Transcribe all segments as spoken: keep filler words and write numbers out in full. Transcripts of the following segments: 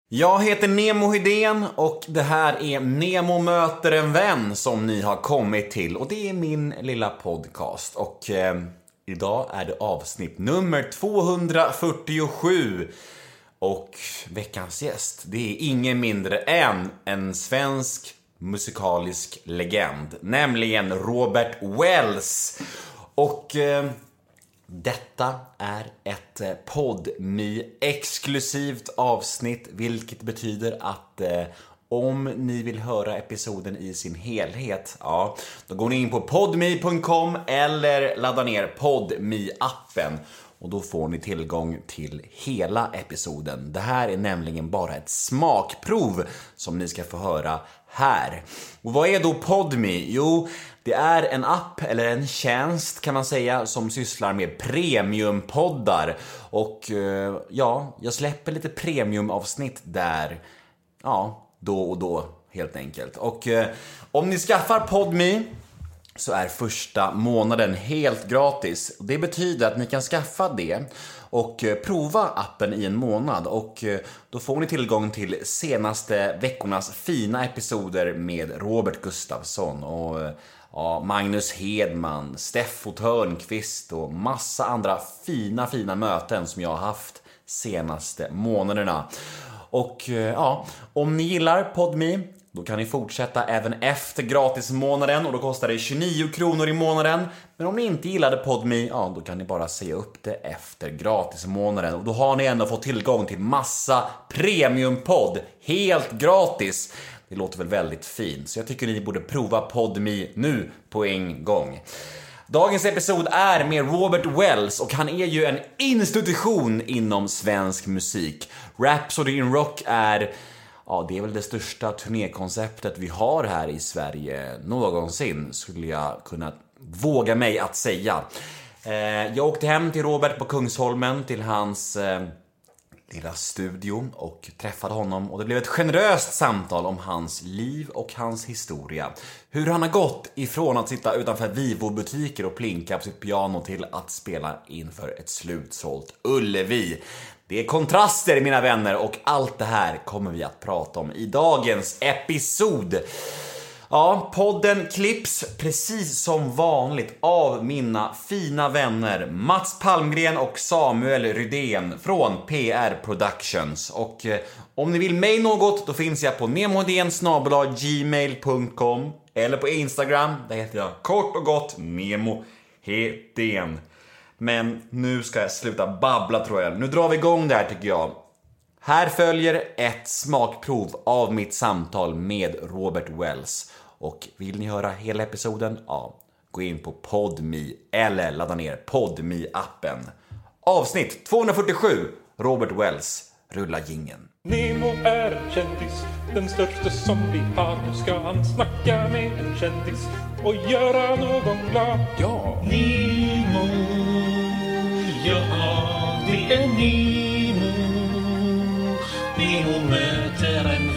Jag heter Nemo Hedén och det här är Nemo möter en vän som ni har kommit till. Och det är min lilla podcast. Och eh, idag är det avsnitt nummer tvåhundrafyrtiosju. Och veckans gäst, det är ingen mindre än en svensk musikalisk legend. Nämligen Robert Wells. Och... Eh, Detta är ett Podme-exklusivt avsnitt, vilket betyder att eh, om ni vill höra episoden i sin helhet, ja, då går ni in på podme punkt com eller laddar ner Podme-appen. Och då får ni tillgång till hela episoden. Det här är nämligen bara ett smakprov som ni ska få höra här. Och vad är då Podme? Jo, det är en app eller en tjänst kan man säga som sysslar med premiumpoddar. Och ja, jag släpper lite premiumavsnitt där, ja, då och då helt enkelt. Och om ni skaffar Podme så är första månaden helt gratis. Det betyder att ni kan skaffa det och prova appen i en månad. Och då får ni tillgång till senaste veckornas fina episoder med Robert Gustafsson och ja, Magnus Hedman, Steffo Törnqvist och massa andra fina, fina möten som jag har haft senaste månaderna. Och ja, om ni gillar Podme, då kan ni fortsätta även efter gratismånaden och då kostar det tjugonio kronor i månaden. Men om ni inte gillade Podme, ja, då kan ni bara säga upp det efter gratismånaden. Och då har ni ändå fått tillgång till massa premiumpodd helt gratis. Det låter väl väldigt fint, så jag tycker ni borde prova Podme nu på en gång. Dagens episod är med Robert Wells och han är ju en institution inom svensk musik. Rhapsody in Rock är... Ja, det är väl det största turnékonceptet vi har här i Sverige någonsin, skulle jag kunna våga mig att säga. Eh, jag åkte hem till Robert på Kungsholmen, till hans eh, lilla studio och träffade honom. Och det blev ett generöst samtal om hans liv och hans historia. Hur han har gått ifrån att sitta utanför Vivo-butiker och plinka på sitt piano till att spela inför ett slutsålt Ullevi. Det är kontraster, mina vänner, och allt det här kommer vi att prata om i dagens episod. Ja, podden klipps precis som vanligt av mina fina vänner Mats Palmgren och Samuel Rydén från P R Productions. Och eh, om ni vill mig något, då finns jag på nemoheden snabel-a gmail punkt com eller på Instagram, där heter jag kort och gott Nemo Hedén. Men nu ska jag sluta babbla, tror jag. Nu drar vi igång det här, tycker jag. Här följer ett smakprov av mitt samtal med Robert Wells. Och vill ni höra hela episoden? Ja, gå in på Podme eller ladda ner Podme-appen. Avsnitt tvåhundrafyrtiosju, Robert Wells, rulla jingeln. Nemo är en kändis, den största som vi har. Nu ska han snacka med en kändis och göra någon glad. Ja, Nemo, ja, det är Nemo. Nemo möter en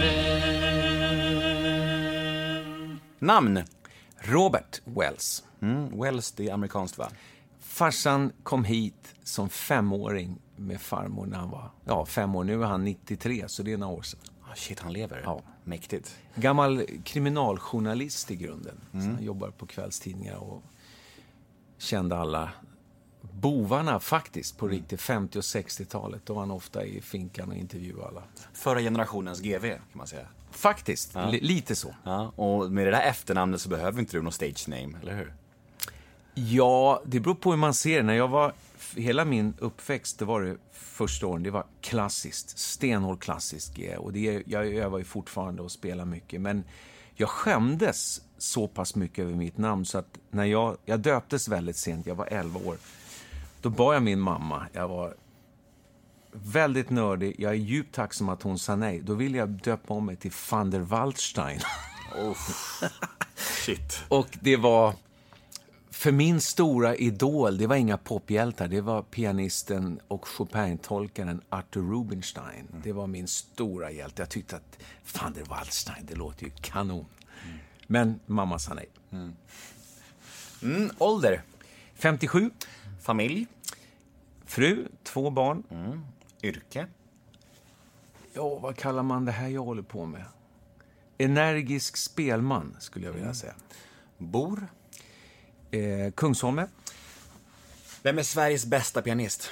vän. Namn? Robert Wells. Mm, Wells, det är amerikanskt, va? Farsan kom hit som femåring med farmor när han var ja, fem år. Nu är han nittiotre, så det är några år sedan. Oh, shit, han lever. Ja. Mäktigt. Gammal kriminaljournalist i grunden. Mm. Så han jobbar på kvällstidningar och kände alla bovarna faktiskt på riktigt. femtio- och sextiotalet. Då var han ofta i finkan och intervjuade alla. Förra generationens G V, kan man säga. Faktiskt, Ja. L- lite så. Ja, och med det där efternamnet så behöver inte du någon stage name, eller hur? Ja, det beror på hur man ser det. När jag var, hela min uppväxt, det var det första åren, det var klassiskt, stenhård klassiskt. Och det, jag övar ju fortfarande och spelar mycket. Men jag skämdes så pass mycket över mitt namn så att när jag, jag döptes väldigt sent, jag var elva år. Då bad jag min mamma, jag var väldigt nördig, jag är djupt tacksam att hon sa nej. Då ville jag döpa om mig till van der Waldstein. Oh, shit. Och det var... För min stora idol, det var inga pophjältar, det var pianisten och Chopin-tolkaren Arthur Rubinstein. Mm. Det var min stora hjälte. Jag tyckte att van der Waldstein, det låter ju kanon. Mm. Men mamma sa nej. Mm. Mm, ålder? femtiosju. Familj? Fru, två barn. Mm. Yrke? Ja, vad kallar man det här jag håller på med? Energisk spelman, skulle jag vilja mm. säga. Bor? Eh, Kungsholme. Vem är Sveriges bästa pianist?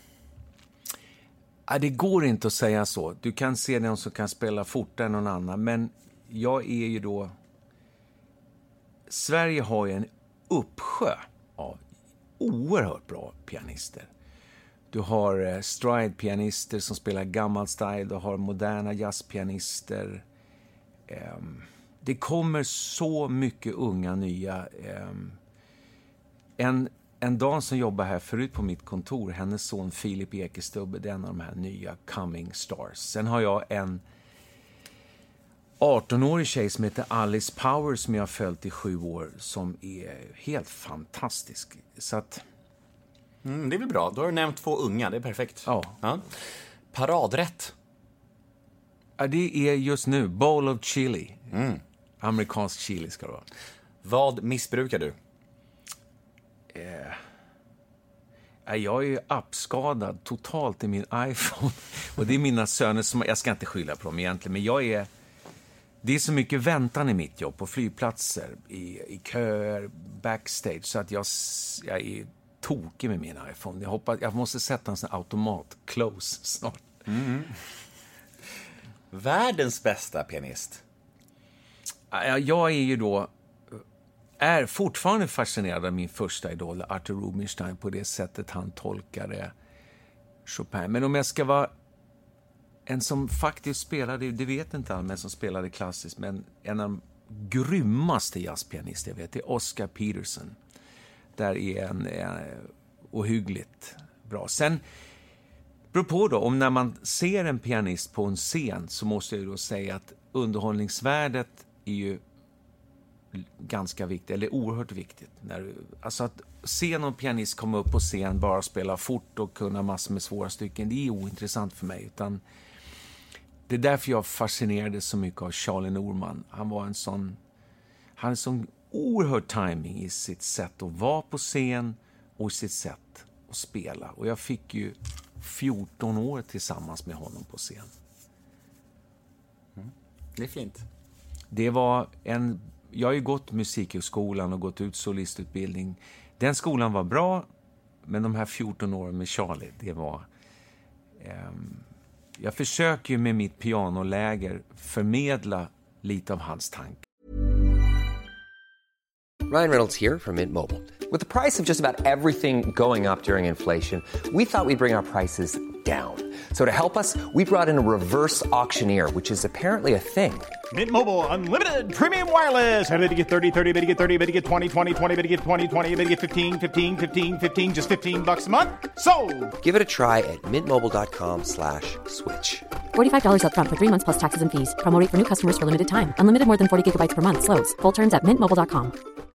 Ja, det går inte att säga så. Du kan se någon som kan spela fortare än någon annan. Men jag är ju då... Sverige har ju en uppsjö av oerhört bra pianister. Du har eh, stride-pianister som spelar gammal style. Du har moderna jazzpianister. Eh, det kommer så mycket unga nya... Eh, en... En dam som jobbar här förut på mitt kontor, hennes son Filip Ekestubbe, det är en av de här nya coming stars. Sen har jag en arton-årig tjej som heter Alice Power som jag har följt i sju år, som är helt fantastisk. Så att... Mm, det är väl bra. Då har du nämnt två unga, det är perfekt. Ja. ja. Paradrätt? Ja, det är just nu bowl of chili. Mm. Amerikansk chili ska det vara. Vad missbrukar du? Eh, jag är ju appskadad totalt i min iPhone. Och det är mina söner som... Jag ska inte skylla på dem egentligen, men jag är... Det är så mycket väntan i mitt jobb på flygplatser, i, i köer, backstage, så att jag, jag är tokig med min iPhone. Jag hoppas, jag måste sätta en sån automat close snart. Mm. Världens bästa pianist? Jag är ju då... är fortfarande fascinerad av min första idol, Arthur Rubinstein, på det sättet han tolkade Chopin. Men om jag ska vara en som faktiskt spelade, det vet inte alla, men som spelade klassiskt, men en av de grymmaste jazzpianister jag vet är Oscar Peterson. Där är en, en ohyggligt bra. Sen beror på då, om när man ser en pianist på en scen, så måste jag ju då säga att underhållningsvärdet är ju ganska viktigt, eller oerhört viktigt. När, alltså att se någon pianist komma upp på scen, bara spela fort och kunna massor med svåra stycken, det är ointressant för mig. Utan det är därför jag fascinerades så mycket av Charlie Norman. Han var en sån, han en sån oerhörd timing i sitt sätt att vara på scen och i sitt sätt att spela. Och jag fick ju fjorton år tillsammans med honom på scen. Mm. Det är fint. Det var en... Jag har ju gått musikhögskolan och gått ut solistutbildning. Den skolan var bra, men de här fjorton åren med Charlie, det var... Eh, jag försöker ju med mitt pianoläger förmedla lite av hans tanke. Ryan Reynolds here from Mint Mobile. With the price of just about everything going up during inflation, we thought we'd bring our prices down. So to help us, we brought in a reverse auctioneer, which is apparently a thing. Mint Mobile Unlimited Premium Wireless. How to get thirty, thirty, how to get thirty, how to get twenty, twenty, twenty, how to get twenty, twenty, how to get fifteen, fifteen, fifteen, fifteen, just fifteen bucks a month? Sold! Give it a try at mintmobile.com slash switch. forty-five dollars up front for three months plus taxes and fees. Promo rate for new customers for limited time. Unlimited more than forty gigabytes per month. Slows full terms at mint mobile dot com.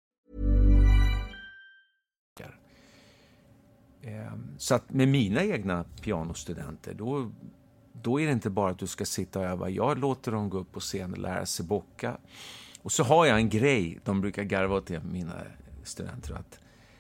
Så att med mina egna pianostudenter, då, då är det inte bara att du ska sitta och öva. Jag låter dem gå upp på scen och lära sig bocka. Och så har jag en grej, de brukar garva till mina studenter, att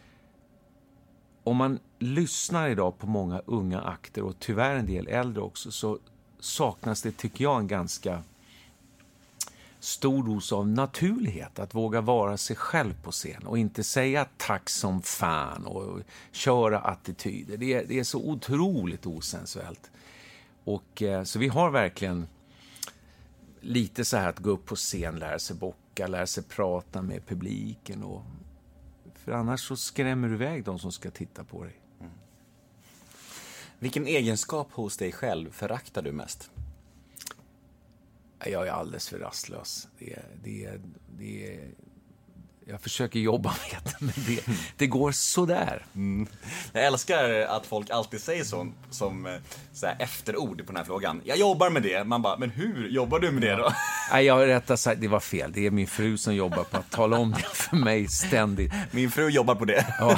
om man lyssnar idag på många unga akter, och tyvärr en del äldre också, så saknas det, tycker jag, en ganska stor dos av naturlighet, att våga vara sig själv på scen och inte säga tack som fan och köra attityder. Det är, det är så otroligt osensuellt. Och eh, så vi har verkligen lite så här att gå upp på scen, lära sig bocka, lära sig prata med publiken, och för annars så skrämmer du iväg de som ska titta på dig. Mm. Vilken egenskap hos dig själv föraktar du mest? Jag är alldeles för rastlös. Det är, det är, det är, jag försöker jobba med det, men det, det går sådär. Mm. Jag älskar att folk alltid säger så, som så här efterord på den här frågan. Jag jobbar med det. Man bara, men hur jobbar du med det då? Nej, jag har rätt sagt, det var fel. Det är min fru som jobbar på att tala om det för mig ständigt. Min fru jobbar på det. Ja.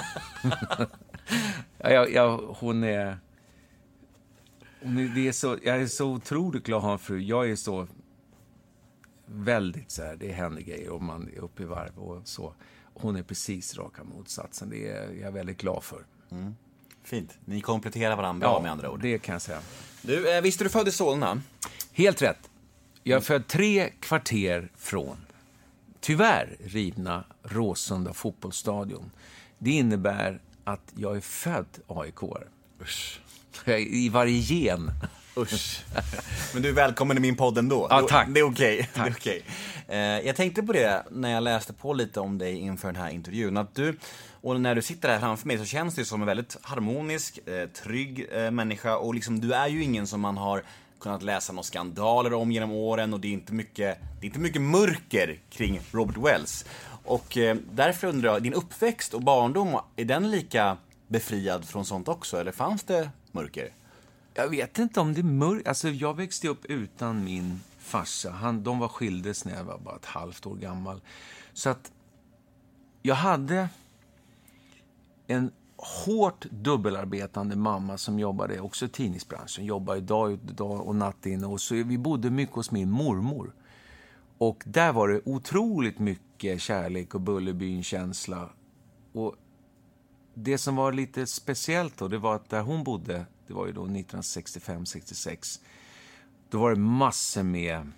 jag, jag, hon är... Det är så, jag är så otroligt glad att ha en fru. Jag är så väldigt så här, det händer grejer om man är uppe i varv och så. Hon är precis raka motsatsen. Det är jag väldigt glad för. Mm. Fint. Ni kompletterar varandra Ja, med andra ord. det kan jag säga. Du, eh, visst är du född i Solna? Helt rätt. Jag är född tre kvarter från, tyvärr, rivna Råsunda fotbollsstadion. Det innebär att jag är född A I K-are. Usch. I varje gen. Usch. Men du är välkommen i min podd ändå. Ja, tack. Det är okej. Okay. Det är okay. eh, jag tänkte på det när jag läste på lite om dig inför den här intervjun. Att du, och när du sitter här framför mig så känns det som en väldigt harmonisk, eh, trygg eh, människa. Och liksom, du är ju ingen som man har kunnat läsa några skandaler om genom åren. Och det är inte mycket, det är inte mycket mörker kring Robert Wells. Och eh, därför undrar jag, din uppväxt och barndom, är den lika befriad från sånt också? Eller fanns det mörker? Jag vet inte om det är mörkt. Alltså, jag växte upp utan min farsa. Han, de var skildes när jag var bara ett halvt år gammal. Så att jag hade en hårt dubbelarbetande mamma som jobbade också i tidningsbranschen. Jobbade dag ut dag och natt in. Och så vi bodde mycket hos min mormor. Och där var det otroligt mycket kärlek och Bullerbyn-känsla. Och det som var lite speciellt då, det var att där hon bodde, det var ju då nittonhundrasextiofem sextiosex, då var det massor med,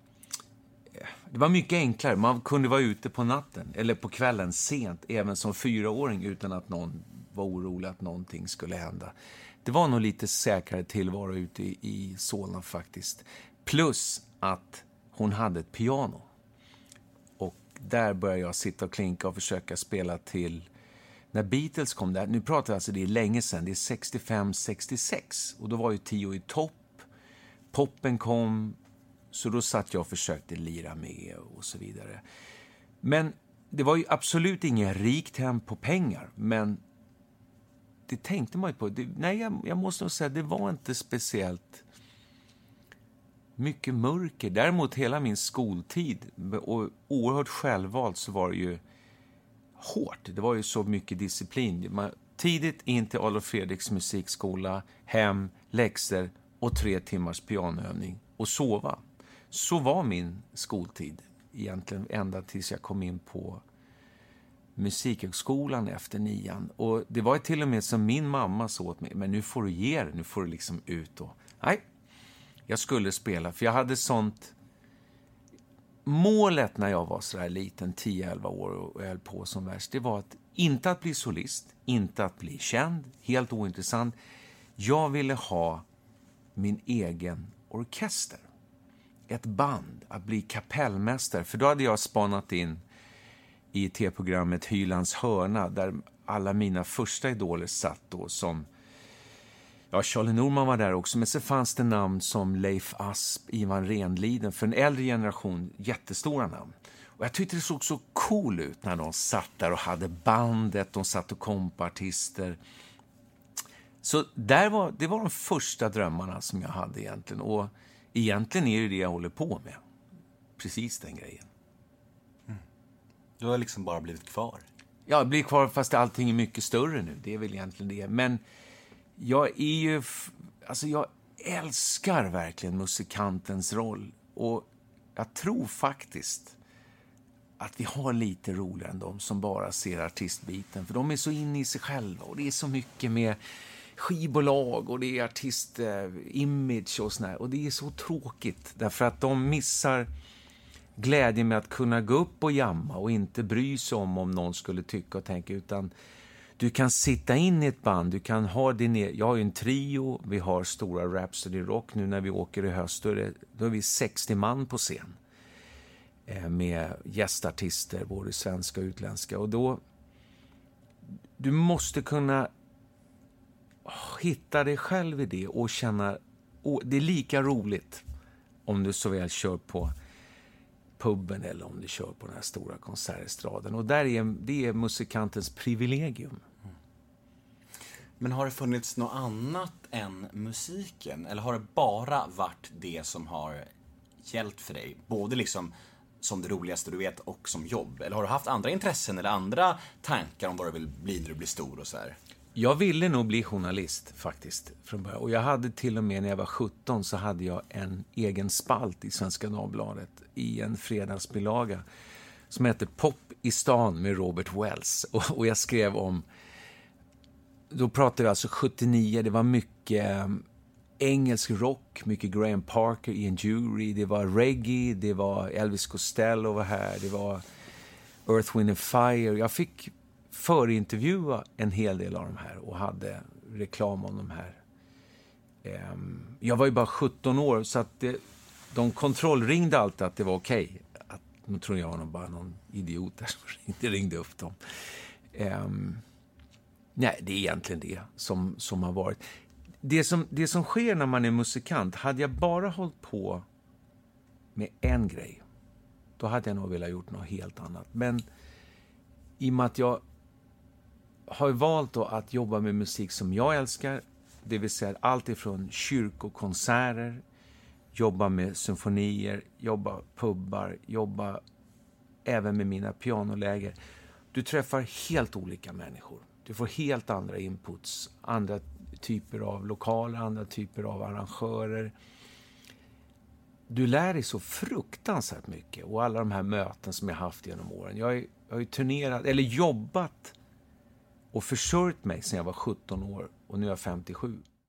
det var mycket enklare. Man kunde vara ute på natten eller på kvällen sent, även som fyraåring, utan att någon var orolig att någonting skulle hända. Det var nog lite säkrare tillvaro ute i, i Solna faktiskt. Plus att hon hade ett piano. Och där började jag sitta och klinka och försöka spela till. När Beatles kom där, nu pratar jag alltså, det är länge sedan, det är sextiofem sextiosex. Och då var ju Tio i topp, poppen kom, så då satt jag och försökte lira med och så vidare. Men det var ju absolut ingen rikt hem på pengar, men det tänkte man ju på. Det, nej, jag, jag måste nog säga, det var inte speciellt mycket mörker. Däremot hela min skoltid, och oerhört självvalt, så var det ju hårt. Det var ju så mycket disciplin. Man, tidigt in till Adolf Fredriks musikskola, hem, läxor och tre timmars pianoövning och sova. Så var min skoltid egentligen ända tills jag kom in på musikhögskolan efter nian. Och det var till och med som min mamma sa åt mig, men nu får du ge det, nu får du liksom ut. Och nej, jag skulle spela, för jag hade sånt. Målet när jag var så här liten, tio elva år och höll på som värst, det var att inte att bli solist, inte att bli känd, helt ointressant. Jag ville ha min egen orkester. Ett band, att bli kapellmästare. För då hade jag spanat in i tv-programmet Hylands hörna, där alla mina första idoler satt då, som, ja, Charlie Norman var där också, men så fanns det namn som Leif Asp, Ivan Renliden, för en äldre generation, jättestora namn. Och jag tyckte det såg så cool ut när de satt där och hade bandet, de satt och kompartister. Så där var, det var de första drömmarna som jag hade egentligen, och egentligen är det det jag håller på med. Precis den grejen. Mm. Du har liksom bara blivit kvar. Ja, jag blir kvar fast allting är mycket större nu. Det är väl egentligen det. Men jag är ju, alltså jag älskar verkligen musikantens roll. Och jag tror faktiskt att vi har lite roligare än de som bara ser artistbiten. För de är så inne i sig själva, och det är så mycket med skivbolag och det är artist-image och sådär. Och det är så tråkigt, därför att de missar glädje med att kunna gå upp och jamma och inte bry sig om om någon skulle tycka och tänka, utan du kan sitta in i ett band, du kan ha din, jag har ju en trio, vi har stora Rhapsody Rock nu när vi åker i höst, då är, det, då är vi sextio man på scen med gästartister, både svenska och utländska, och då du måste kunna hitta dig själv i det och känna, och det är lika roligt om du så väl kör på puben eller om du kör på den här stora konsertestraden, och där är, det är musikantens privilegium. Mm. Men har det funnits något annat än musiken, eller har det bara varit det som har gällt för dig, både liksom som det roligaste du vet och som jobb, eller har du haft andra intressen eller andra tankar om vad du vill bli när du blir stor och så här? Jag ville nog bli journalist faktiskt från början. Och jag hade till och med när jag var sjutton så hade jag en egen spalt i Svenska Dagbladet i en fredagsbilaga som heter Pop i stan med Robert Wells. Och, och jag skrev om då pratade vi alltså sjuttionio, det var mycket eh, engelsk rock, mycket Graham Parker, Ian Dury, det var reggae, det var Elvis Costello var här, det var Earth, Wind and Fire. Jag fick förintervjua en hel del av de här och hade reklam om de här. Eh, jag var ju bara sjutton år, så att det, de kontrollringde alltid att det var okej. Okay. Att, nu tror jag var bara någon idiot där som ringde, ringde upp dem. Um, nej, det är egentligen det som, som har varit. Det som, det som sker när man är musikant, hade jag bara hållit på med en grej, då hade jag nog velat gjort något helt annat. Men i och med att jag har valt då att jobba med musik som jag älskar, det vill säga allt ifrån kyrkokonserter, jobba med symfonier, jobba pubbar, jobba även med mina pianoläger. Du träffar helt olika människor. Du får helt andra inputs, andra typer av lokaler, andra typer av arrangörer. Du lär dig så fruktansvärt mycket, och alla de här möten som jag haft genom åren. Jag, är, jag har ju turnerat, eller jobbat och försörjt mig sedan jag var sjutton år, och nu är jag femtiosju.